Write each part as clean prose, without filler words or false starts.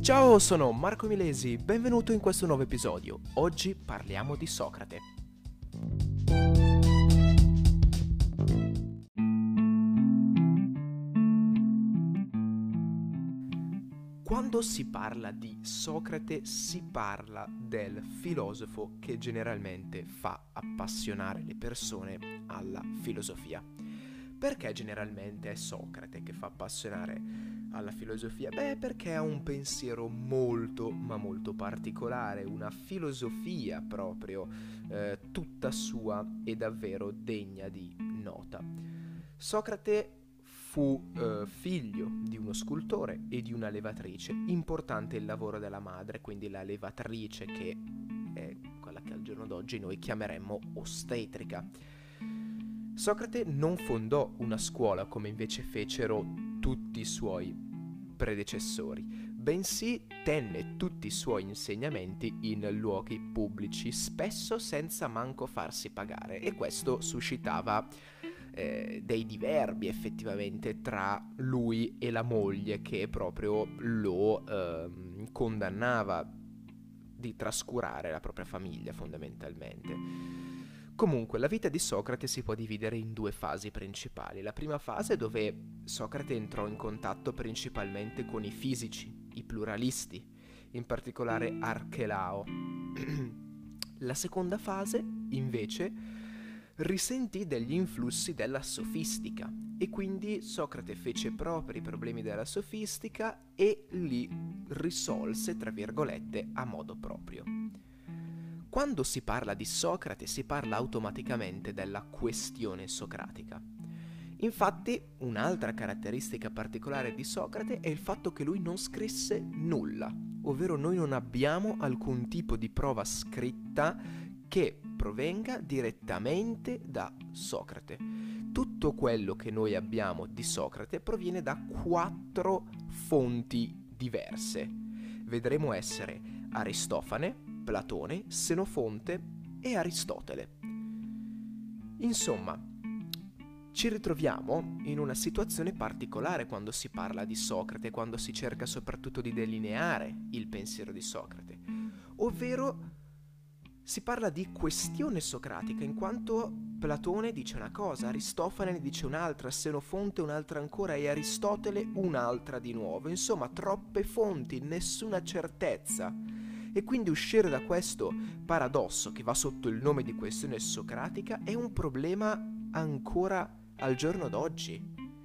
Ciao, sono Marco Milesi, benvenuto in questo nuovo episodio. Oggi parliamo di Socrate. Quando si parla di Socrate si parla del filosofo che generalmente fa appassionare le persone alla filosofia. Perché generalmente è Socrate che fa appassionare alla filosofia? Perché ha un pensiero molto ma molto particolare, una filosofia proprio tutta sua e davvero degna di nota. Socrate fu figlio di uno scultore e di una levatrice. Importante il lavoro della madre, quindi la levatrice, che è quella che al giorno d'oggi noi chiameremmo ostetrica. Socrate non fondò una scuola come invece fecero tutti i suoi predecessori, bensì tenne tutti i suoi insegnamenti in luoghi pubblici, spesso senza manco farsi pagare, e questo suscitava dei diverbi effettivamente tra lui e la moglie, che proprio lo condannava di trascurare la propria famiglia fondamentalmente. Comunque, la vita di Socrate si può dividere in due fasi principali. La prima fase, dove Socrate entrò in contatto principalmente con i fisici, i pluralisti, in particolare Archelao. La seconda fase, invece, risentì degli influssi della sofistica, e quindi Socrate fece propri i problemi della sofistica e li risolse, tra virgolette, a modo proprio. Quando si parla di Socrate si parla automaticamente della questione socratica. Infatti, un'altra caratteristica particolare di Socrate è il fatto che lui non scrisse nulla, ovvero noi non abbiamo alcun tipo di prova scritta che provenga direttamente da Socrate. Tutto quello che noi abbiamo di Socrate proviene da 4 fonti diverse. Vedremo essere Aristofane, Platone, Senofonte e Aristotele. Insomma, ci ritroviamo in una situazione particolare quando si parla di Socrate, quando si cerca soprattutto di delineare il pensiero di Socrate, ovvero si parla di questione socratica, in quanto Platone dice una cosa, Aristofane ne dice un'altra, Senofonte un'altra ancora e Aristotele un'altra di nuovo. Insomma, troppe fonti, nessuna certezza. E quindi uscire da questo paradosso che va sotto il nome di questione socratica è un problema ancora al giorno d'oggi.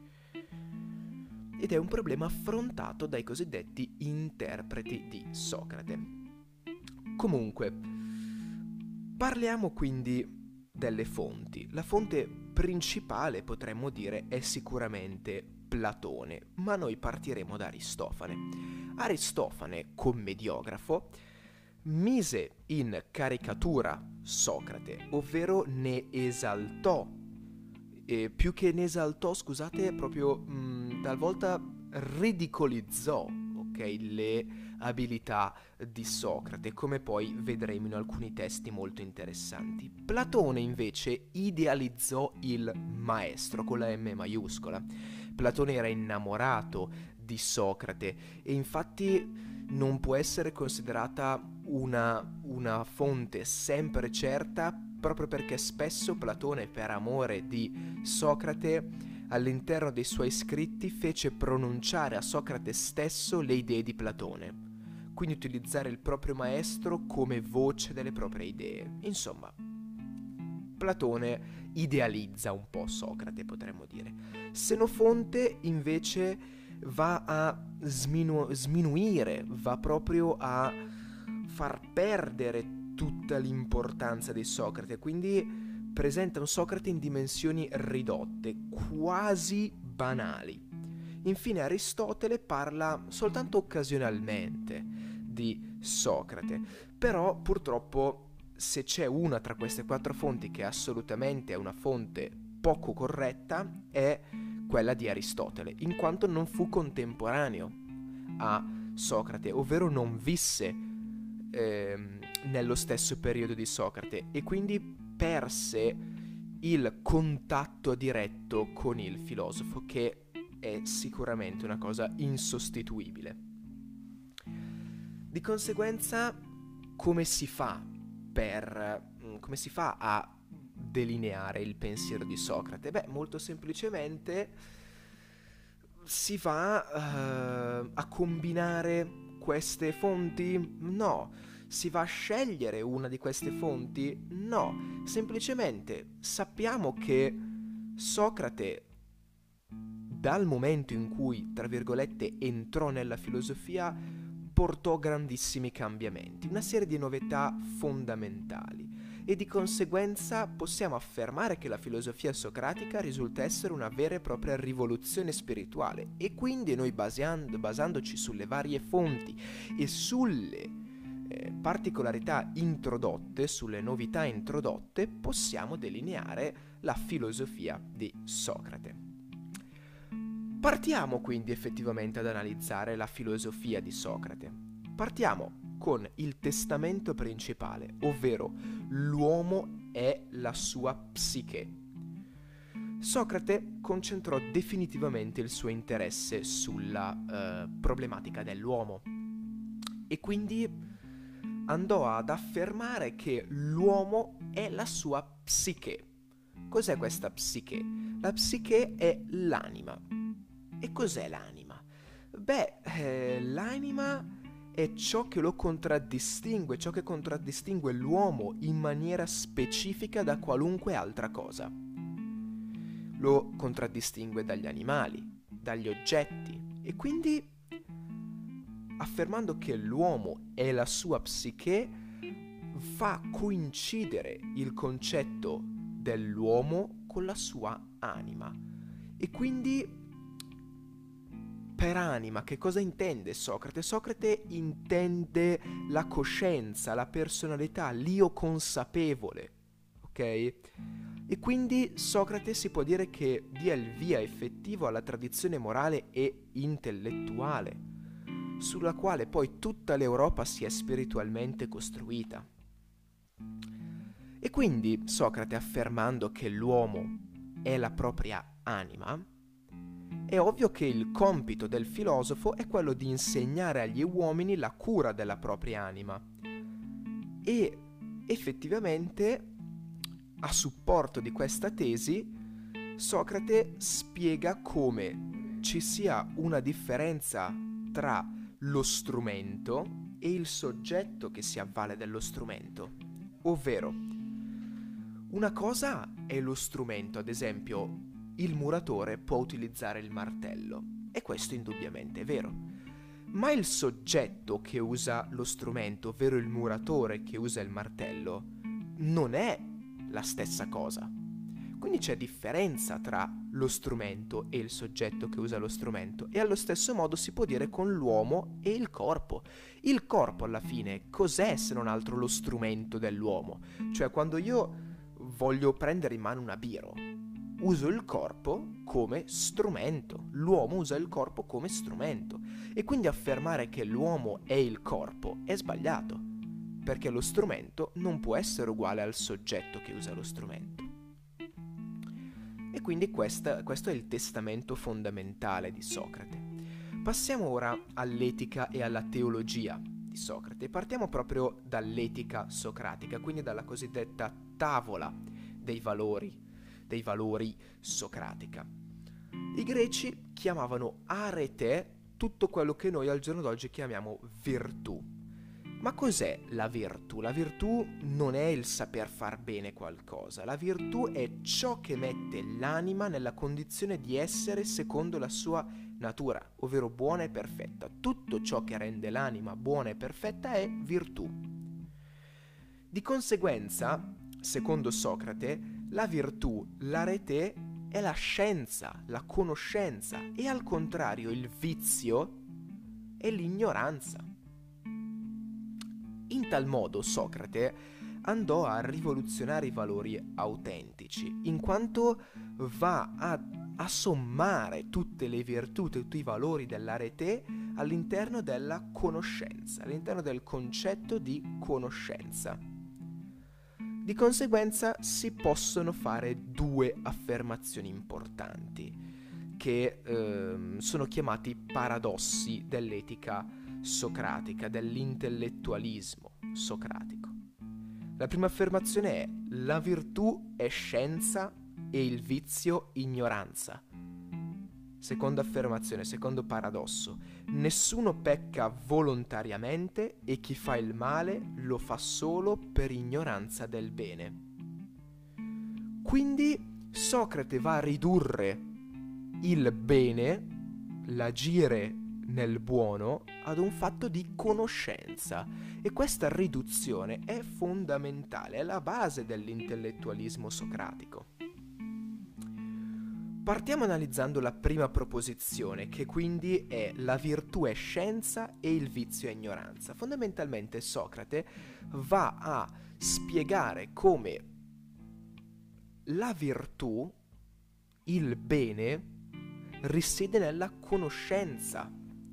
Ed è un problema affrontato dai cosiddetti interpreti di Socrate. Comunque, parliamo quindi delle fonti. La fonte principale, potremmo dire, è sicuramente Platone, ma noi partiremo da Aristofane. Aristofane, commediografo, mise in caricatura Socrate, ovvero ne esaltò, più che ne esaltò, scusate, proprio talvolta ridicolizzò, ok, le abilità di Socrate, come poi vedremo in alcuni testi molto interessanti. Platone invece idealizzò il maestro con la M maiuscola. Platone era innamorato di Socrate e infatti non può essere considerata una fonte sempre certa, proprio perché spesso Platone, per amore di Socrate, all'interno dei suoi scritti fece pronunciare a Socrate stesso le idee di Platone, quindi utilizzare il proprio maestro come voce delle proprie idee. Insomma, Platone idealizza un po' Socrate, potremmo dire. Senofonte invece va a sminuire, va proprio a far perdere tutta l'importanza di Socrate, quindi presenta un Socrate in dimensioni ridotte, quasi banali. Infine Aristotele parla soltanto occasionalmente di Socrate, però purtroppo se c'è una tra queste 4 fonti che assolutamente è una fonte poco corretta è quella di Aristotele, in quanto non fu contemporaneo a Socrate, ovvero non visse nello stesso periodo di Socrate e quindi perse il contatto diretto con il filosofo, che è sicuramente una cosa insostituibile. Di conseguenza, come si fa a delineare il pensiero di Socrate? Beh, molto semplicemente si va a combinare queste fonti? No. Si va a scegliere una di queste fonti? No. Semplicemente sappiamo che Socrate, dal momento in cui, tra virgolette, entrò nella filosofia, portò grandissimi cambiamenti, una serie di novità fondamentali, e di conseguenza possiamo affermare che la filosofia socratica risulta essere una vera e propria rivoluzione spirituale, e quindi noi basandoci sulle varie fonti e sulle particolarità introdotte, sulle novità introdotte, possiamo delineare la filosofia di Socrate. Partiamo quindi effettivamente ad analizzare la filosofia di Socrate. Partiamo con il testamento principale, ovvero l'uomo è la sua psiche. Socrate concentrò definitivamente il suo interesse sulla problematica dell'uomo e quindi andò ad affermare che l'uomo è la sua psiche. Cos'è questa psiche? La psiche è l'anima. E cos'è l'anima? Beh, l'anima è ciò che lo contraddistingue, ciò che contraddistingue l'uomo in maniera specifica da qualunque altra cosa. Lo contraddistingue dagli animali, dagli oggetti, e quindi, affermando che l'uomo è la sua psiche, fa coincidere il concetto dell'uomo con la sua anima. E quindi, per anima, che cosa intende Socrate? Socrate intende la coscienza, la personalità, l'io consapevole, ok? E quindi Socrate si può dire che dia il via effettivo alla tradizione morale e intellettuale, sulla quale poi tutta l'Europa si è spiritualmente costruita. E quindi Socrate, affermando che l'uomo è la propria anima, è ovvio che il compito del filosofo è quello di insegnare agli uomini la cura della propria anima. E effettivamente, a supporto di questa tesi, Socrate spiega come ci sia una differenza tra lo strumento e il soggetto che si avvale dello strumento. Ovvero, una cosa è lo strumento, ad esempio, il muratore può utilizzare il martello, e questo indubbiamente è vero. Ma il soggetto che usa lo strumento, ovvero il muratore che usa il martello, non è la stessa cosa. Quindi c'è differenza tra lo strumento e il soggetto che usa lo strumento, e allo stesso modo si può dire con l'uomo e il corpo. Il corpo, alla fine, cos'è se non altro lo strumento dell'uomo? Cioè, quando io voglio prendere in mano una biro, uso il corpo come strumento, l'uomo usa il corpo come strumento, e quindi affermare che l'uomo è il corpo è sbagliato, perché lo strumento non può essere uguale al soggetto che usa lo strumento. E quindi questo è il testamento fondamentale di Socrate. Passiamo ora all'etica e alla teologia di Socrate. Partiamo proprio dall'etica socratica, quindi dalla cosiddetta tavola dei valori socratica. I greci chiamavano arete tutto quello che noi al giorno d'oggi chiamiamo virtù. Ma cos'è la virtù? La virtù non è il saper far bene qualcosa, la virtù è ciò che mette l'anima nella condizione di essere secondo la sua natura, ovvero buona e perfetta. Tutto ciò che rende l'anima buona e perfetta è virtù. Di conseguenza, secondo Socrate, la virtù, l'arete, è la scienza, la conoscenza, e al contrario il vizio è l'ignoranza. In tal modo Socrate andò a rivoluzionare i valori autentici, in quanto va a sommare tutte le virtù, tutti i valori dell'arete all'interno della conoscenza, all'interno del concetto di conoscenza. Di conseguenza si possono fare due affermazioni importanti, che sono chiamati paradossi dell'etica socratica, dell'intellettualismo socratico. La prima affermazione è: la virtù è scienza e il vizio ignoranza. Seconda affermazione, secondo paradosso: nessuno pecca volontariamente e chi fa il male lo fa solo per ignoranza del bene. Quindi Socrate va a ridurre il bene, l'agire nel buono, ad un fatto di conoscenza, e questa riduzione è fondamentale, è la base dell'intellettualismo socratico. Partiamo analizzando la prima proposizione, che quindi è: la virtù è scienza e il vizio è ignoranza. Fondamentalmente Socrate va a spiegare come la virtù, il bene, risiede nella conoscenza,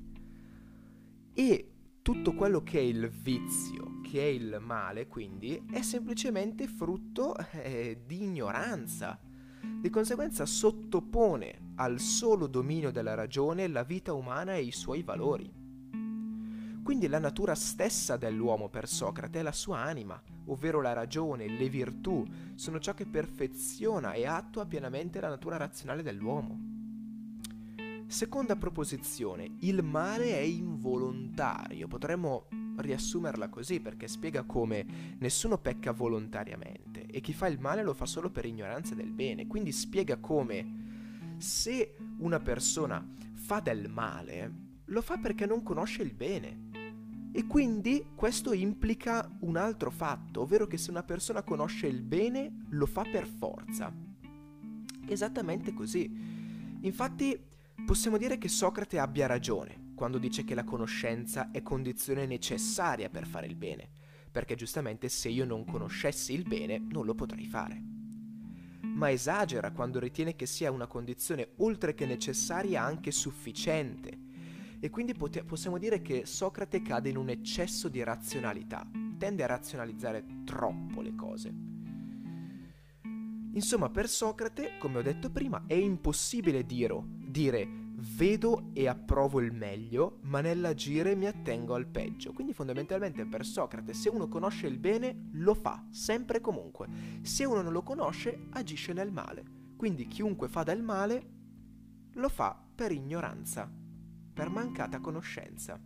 e tutto quello che è il vizio, che è il male, quindi, è semplicemente frutto di ignoranza. Di conseguenza sottopone al solo dominio della ragione la vita umana e i suoi valori. Quindi la natura stessa dell'uomo per Socrate è la sua anima, ovvero la ragione, le virtù, sono ciò che perfeziona e attua pienamente la natura razionale dell'uomo. Seconda proposizione: il male è involontario. Potremmo riassumerla così, perché spiega come nessuno pecca volontariamente e chi fa il male lo fa solo per ignoranza del bene. Quindi spiega come se una persona fa del male, lo fa perché non conosce il bene. E quindi questo implica un altro fatto, ovvero che se una persona conosce il bene, lo fa per forza. Esattamente così. Infatti possiamo dire che Socrate abbia ragione quando dice che la conoscenza è condizione necessaria per fare il bene, perché giustamente se io non conoscessi il bene non lo potrei fare. Ma esagera quando ritiene che sia una condizione oltre che necessaria anche sufficiente, e quindi possiamo dire che Socrate cade in un eccesso di razionalità, tende a razionalizzare troppo le cose. Insomma, per Socrate, come ho detto prima, è impossibile dire vedo e approvo il meglio, ma nell'agire mi attengo al peggio. Quindi fondamentalmente per Socrate, se uno conosce il bene, lo fa, sempre e comunque. Se uno non lo conosce, agisce nel male. Quindi chiunque fa del male, lo fa per ignoranza, per mancata conoscenza.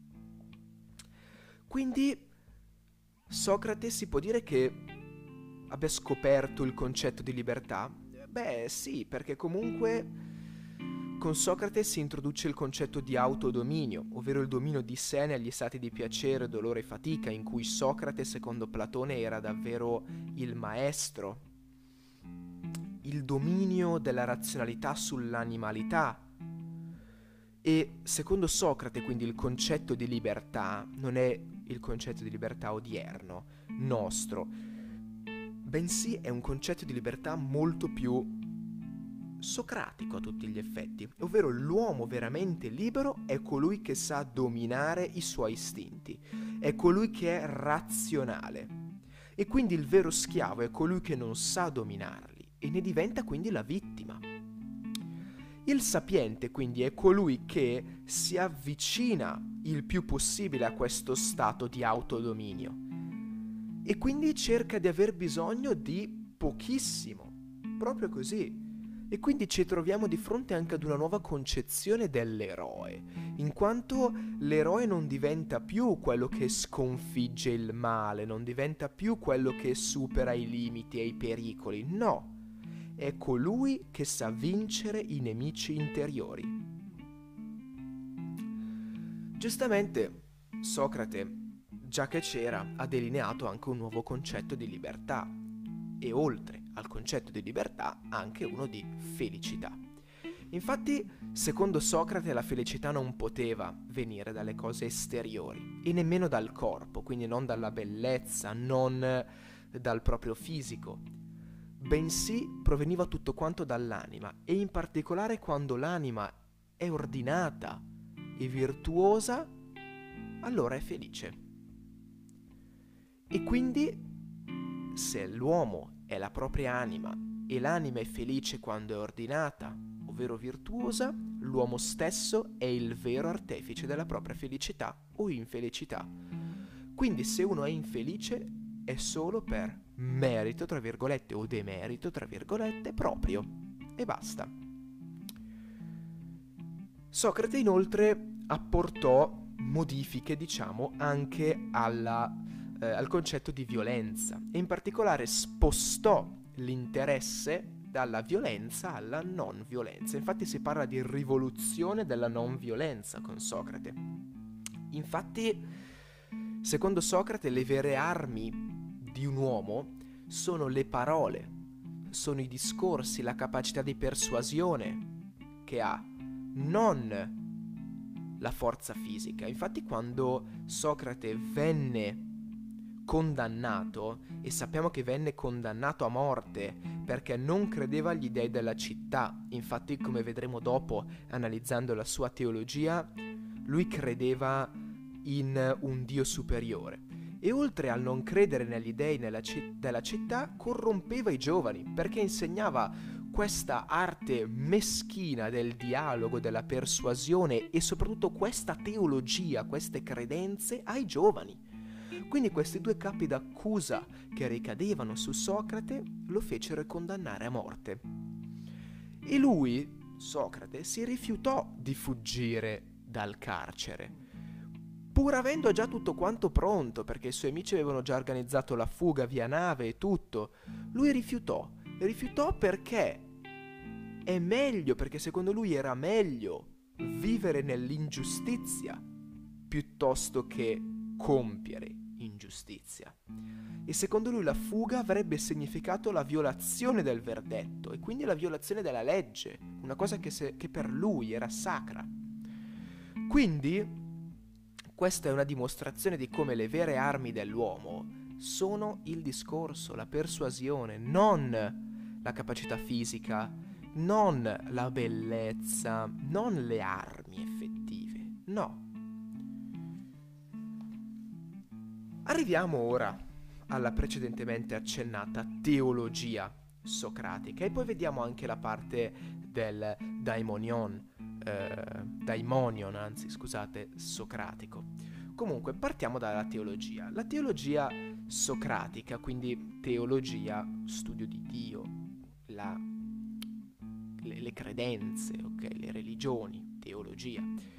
Quindi Socrate si può dire che abbia scoperto il concetto di libertà? Beh sì, perché comunque con Socrate si introduce il concetto di autodominio, ovvero il dominio di sé negli stati di piacere, dolore e fatica, in cui Socrate, secondo Platone, era davvero il maestro. Il dominio della razionalità sull'animalità. E secondo Socrate, quindi, il concetto di libertà non è il concetto di libertà odierno, nostro, bensì è un concetto di libertà molto più socratico a tutti gli effetti, ovvero l'uomo veramente libero è colui che sa dominare i suoi istinti, è colui che è razionale, e quindi il vero schiavo è colui che non sa dominarli e ne diventa quindi la vittima. Il sapiente quindi è colui che si avvicina il più possibile a questo stato di autodominio e quindi cerca di aver bisogno di pochissimo, proprio così. E quindi ci troviamo di fronte anche ad una nuova concezione dell'eroe, in quanto l'eroe non diventa più quello che sconfigge il male, non diventa più quello che supera i limiti e i pericoli, no, è colui che sa vincere i nemici interiori. Giustamente Socrate, già che c'era, ha delineato anche un nuovo concetto di libertà, e oltre al concetto di libertà anche uno di felicità. Infatti, secondo Socrate, la felicità non poteva venire dalle cose esteriori e nemmeno dal corpo, quindi non dalla bellezza, non dal proprio fisico, bensì proveniva tutto quanto dall'anima, e in particolare quando l'anima è ordinata e virtuosa, allora è felice. E quindi se l'uomo è la propria anima e l'anima è felice quando è ordinata, ovvero virtuosa, l'uomo stesso è il vero artefice della propria felicità o infelicità. Quindi se uno è infelice è solo per merito, tra virgolette, o demerito, tra virgolette, proprio. E basta. Socrate inoltre apportò modifiche, diciamo, anche al concetto di violenza e in particolare spostò l'interesse dalla violenza alla non violenza. Infatti si parla di rivoluzione della non violenza con Socrate. Infatti, secondo Socrate, le vere armi di un uomo sono le parole, sono i discorsi, la capacità di persuasione che ha, non la forza fisica. Infatti quando Socrate venne condannato, e sappiamo che venne condannato a morte perché non credeva agli dei della città, infatti come vedremo dopo analizzando la sua teologia, lui credeva in un dio superiore e oltre al non credere negli dei della città corrompeva i giovani perché insegnava questa arte meschina del dialogo, della persuasione e soprattutto questa teologia, queste credenze ai giovani. Quindi questi due capi d'accusa che ricadevano su Socrate lo fecero condannare a morte. E lui, Socrate, si rifiutò di fuggire dal carcere, pur avendo già tutto quanto pronto, perché i suoi amici avevano già organizzato la fuga via nave e tutto. Lui rifiutò perché è meglio, perché secondo lui era meglio vivere nell'ingiustizia piuttosto che compiere ingiustizia. E secondo lui la fuga avrebbe significato la violazione del verdetto e quindi la violazione della legge, una cosa che per lui era sacra. Quindi questa è una dimostrazione di come le vere armi dell'uomo sono il discorso, la persuasione, non la capacità fisica, non la bellezza, non le armi effettive, no. Arriviamo ora alla precedentemente accennata teologia socratica e poi vediamo anche la parte del daimonion socratico. Comunque partiamo dalla teologia. La teologia socratica, quindi teologia, studio di Dio, le credenze, ok, le religioni, teologia.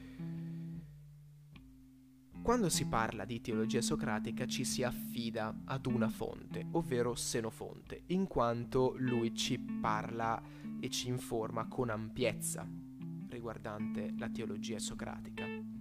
Quando si parla di teologia socratica ci si affida ad una fonte, ovvero Senofonte, in quanto lui ci parla e ci informa con ampiezza riguardante la teologia socratica.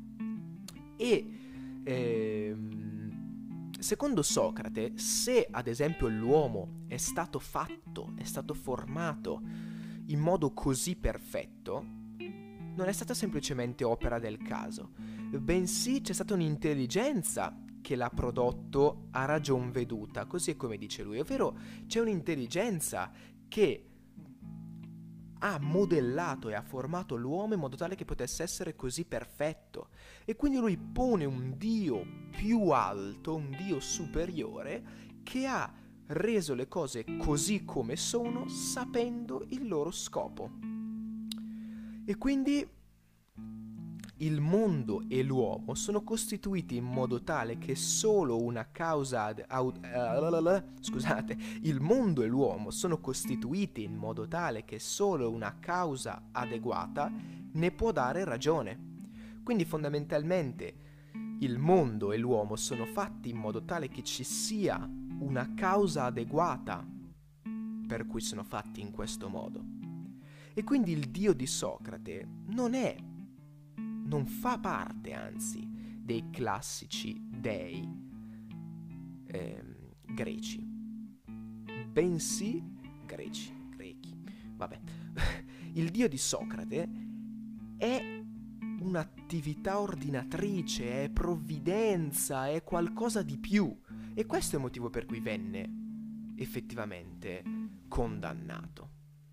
E secondo Socrate, se ad esempio l'uomo è stato formato in modo così perfetto, non è stata semplicemente opera del caso, bensì c'è stata un'intelligenza che l'ha prodotto a ragion veduta, così è come dice lui, ovvero c'è un'intelligenza che ha modellato e ha formato l'uomo in modo tale che potesse essere così perfetto. E quindi lui pone un Dio più alto, un Dio superiore, che ha reso le cose così come sono, sapendo il loro scopo. E quindi il mondo e l'uomo sono costituiti in modo tale che solo una causa il mondo e l'uomo sono costituiti in modo tale che solo una causa adeguata ne può dare ragione. Quindi fondamentalmente il mondo e l'uomo sono fatti in modo tale che ci sia una causa adeguata per cui sono fatti in questo modo. E quindi il Dio di Socrate non fa parte, anzi, dei classici dei greci, bensì grechi, vabbè. Il Dio di Socrate è un'attività ordinatrice, è provvidenza, è qualcosa di più. E questo è il motivo per cui venne effettivamente condannato.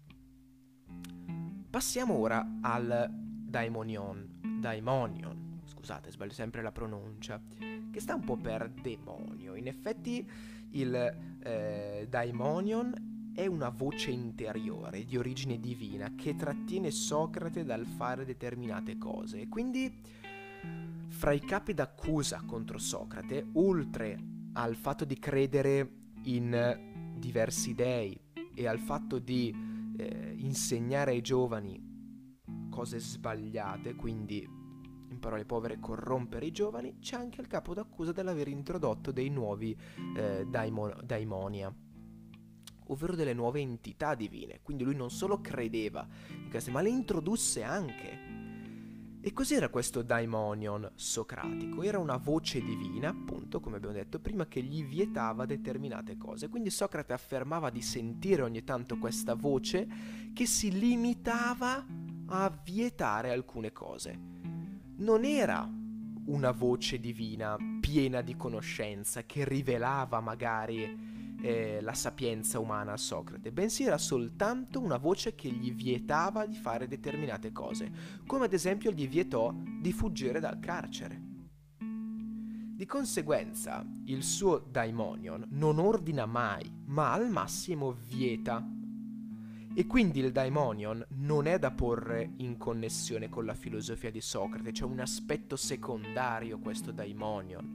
Passiamo ora al daimonion, scusate, sbaglio sempre la pronuncia, che sta un po' per demonio. In effetti il daimonion è una voce interiore di origine divina che trattiene Socrate dal fare determinate cose. E quindi fra i capi d'accusa contro Socrate, oltre al fatto di credere in diversi dei e al fatto di insegnare ai giovani cose sbagliate, quindi in parole povere corrompere i giovani, c'è anche il capo d'accusa dell'aver introdotto dei nuovi daimonia, ovvero delle nuove entità divine. Quindi lui non solo credeva in queste, ma le introdusse anche. E cos'era questo daimonion socratico? Era una voce divina, appunto, come abbiamo detto prima, che gli vietava determinate cose. Quindi Socrate affermava di sentire ogni tanto questa voce che si limitava a vietare alcune cose. Non era una voce divina piena di conoscenza che rivelava magari la sapienza umana a Socrate, bensì era soltanto una voce che gli vietava di fare determinate cose, come ad esempio gli vietò di fuggire dal carcere. Di conseguenza, il suo daimonion non ordina mai, ma al massimo vieta. E quindi il daimonion non è da porre in connessione con la filosofia di Socrate, c'è un aspetto secondario questo daimonion.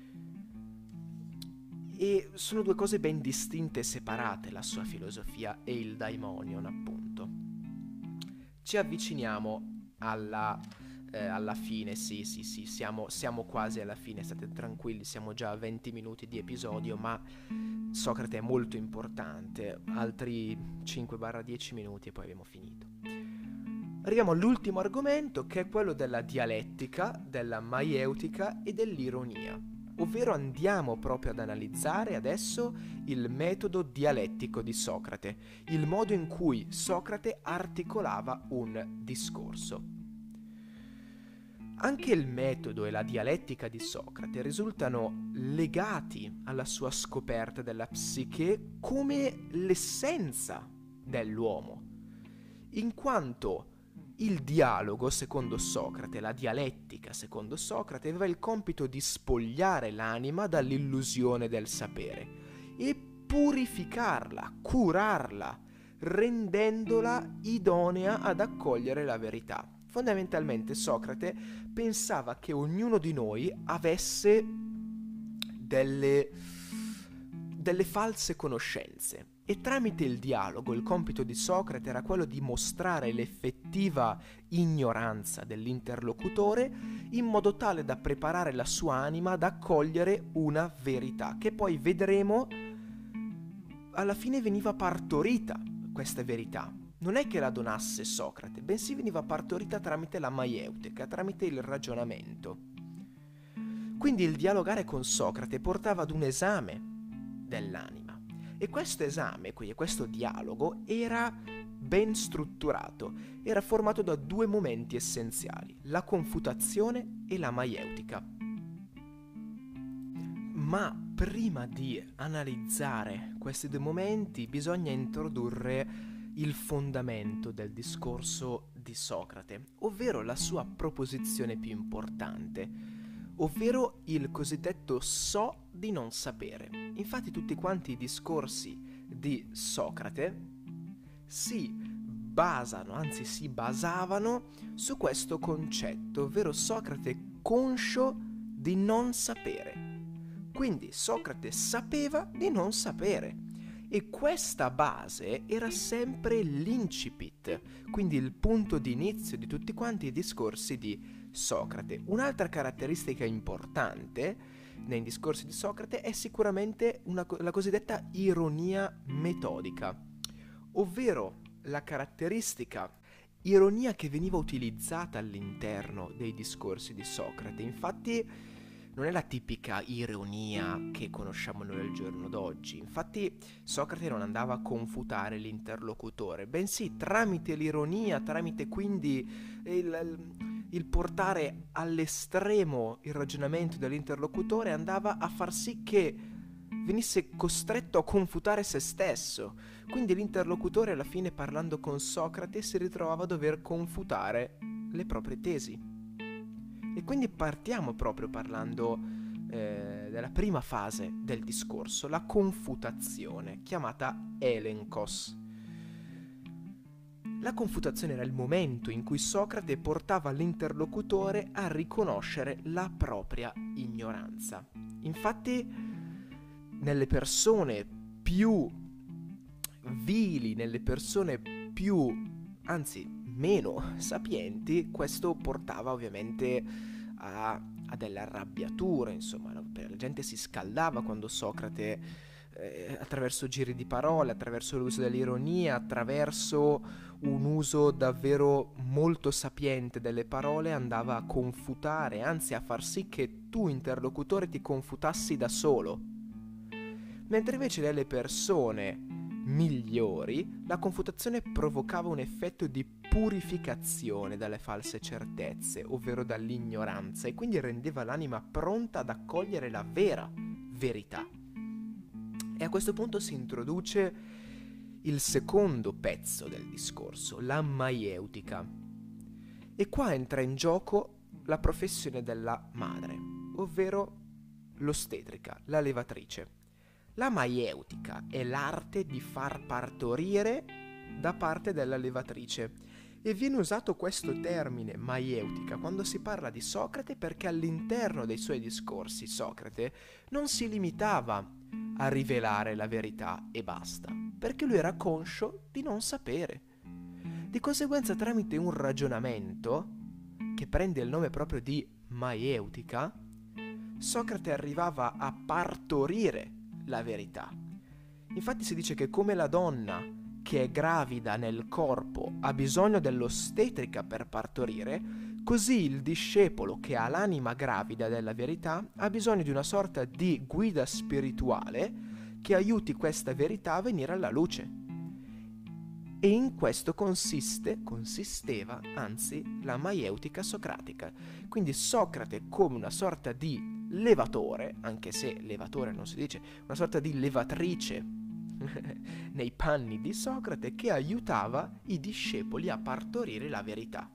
E sono due cose ben distinte e separate, la sua filosofia e il daimonion, appunto. Ci avviciniamo alla fine, sì, siamo quasi alla fine, state tranquilli, siamo già a 20 minuti di episodio, ma Socrate è molto importante, altri 5-10 minuti e poi abbiamo finito. Arriviamo all'ultimo argomento, che è quello della dialettica, della maieutica e dell'ironia. Ovvero andiamo proprio ad analizzare adesso il metodo dialettico di Socrate, il modo in cui Socrate articolava un discorso. Anche il metodo e la dialettica di Socrate risultano legati alla sua scoperta della psiche come l'essenza dell'uomo, in quanto il dialogo, secondo Socrate, la dialettica, secondo Socrate, aveva il compito di spogliare l'anima dall'illusione del sapere e purificarla, curarla, rendendola idonea ad accogliere la verità. Fondamentalmente Socrate pensava che ognuno di noi avesse delle false conoscenze. E tramite il dialogo il compito di Socrate era quello di mostrare l'effettiva ignoranza dell'interlocutore in modo tale da preparare la sua anima ad accogliere una verità, che poi vedremo alla fine veniva partorita questa verità. Non è che la donasse Socrate, bensì veniva partorita tramite la maieutica, tramite il ragionamento. Quindi il dialogare con Socrate portava ad un esame dell'anima. E questo esame, quindi questo dialogo, era ben strutturato, era formato da due momenti essenziali, la confutazione e la maieutica. Ma prima di analizzare questi due momenti bisogna introdurre il fondamento del discorso di Socrate, ovvero la sua proposizione più importante, ovvero il cosiddetto so di non sapere. Infatti tutti quanti i discorsi di Socrate si basavano su questo concetto, ovvero Socrate conscio di non sapere. Quindi Socrate sapeva di non sapere. E questa base era sempre l'incipit, quindi il punto di inizio di tutti quanti i discorsi di Socrate. Un'altra caratteristica importante nei discorsi di Socrate è sicuramente la cosiddetta ironia metodica, ovvero la caratteristica ironia che veniva utilizzata all'interno dei discorsi di Socrate. Infatti non è la tipica ironia che conosciamo noi al giorno d'oggi. Infatti Socrate non andava a confutare l'interlocutore, bensì tramite l'ironia, tramite quindi il portare all'estremo il ragionamento dell'interlocutore, andava a far sì che venisse costretto a confutare se stesso. Quindi l'interlocutore alla fine, parlando con Socrate, si ritrovava a dover confutare le proprie tesi. E quindi partiamo proprio parlando della prima fase del discorso, la confutazione, chiamata elenkos. La confutazione era il momento in cui Socrate portava l'interlocutore a riconoscere la propria ignoranza. Infatti, nelle persone più vili, nelle persone meno sapienti, questo portava ovviamente a delle arrabbiature, insomma, no? La gente si scaldava quando Socrate, attraverso giri di parole, attraverso l'uso dell'ironia, attraverso un uso davvero molto sapiente delle parole, andava a confutare, anzi a far sì che tu, interlocutore, ti confutassi da solo. Mentre invece nelle persone migliori, la confutazione provocava un effetto di purificazione dalle false certezze, ovvero dall'ignoranza, e quindi rendeva l'anima pronta ad accogliere la vera verità. E a questo punto si introduce il secondo pezzo del discorso, la maieutica. E qua entra in gioco la professione della madre, ovvero l'ostetrica, la levatrice. La maieutica è l'arte di far partorire da parte della levatrice, e viene usato questo termine maieutica quando si parla di Socrate, perché all'interno dei suoi discorsi Socrate non si limitava a rivelare la verità e basta, perché lui era conscio di non sapere. Di conseguenza, tramite un ragionamento che prende il nome proprio di maieutica, Socrate arrivava a partorire la verità. Infatti si dice che come la donna che è gravida nel corpo ha bisogno dell'ostetrica per partorire, così il discepolo che ha l'anima gravida della verità ha bisogno di una sorta di guida spirituale che aiuti questa verità a venire alla luce. E in questo consisteva la maieutica socratica. Quindi Socrate, come una sorta di levatore, anche se levatore non si dice, una sorta di levatrice nei panni di Socrate, che aiutava i discepoli a partorire la verità.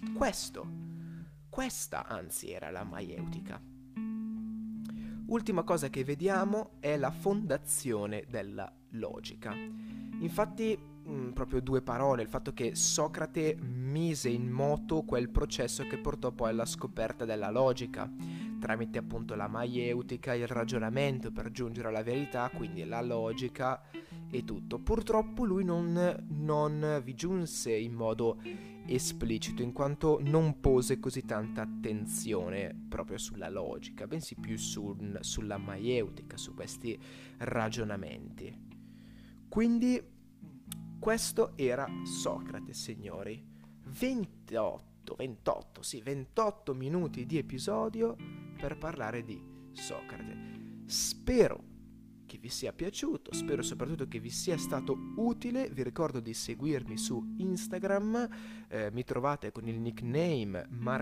Questa era la maieutica. Ultima cosa che vediamo è la fondazione della logica. Infatti, proprio due parole, il fatto che Socrate mise in moto quel processo che portò poi alla scoperta della logica, tramite appunto la maieutica, il ragionamento per giungere alla verità, quindi la logica e tutto. Purtroppo lui non vi giunse in modo esplicito, in quanto non pose così tanta attenzione proprio sulla logica, bensì più sulla maieutica, su questi ragionamenti. Quindi questo era Socrate, signori. 28 minuti di episodio per parlare di Socrate. Spero che vi sia piaciuto, spero soprattutto che vi sia stato utile. Vi ricordo di seguirmi su Instagram, mi trovate con il nickname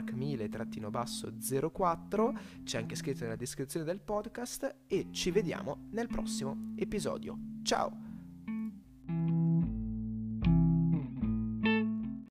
markmile_04, c'è anche scritto nella descrizione del podcast, e ci vediamo nel prossimo episodio. Ciao!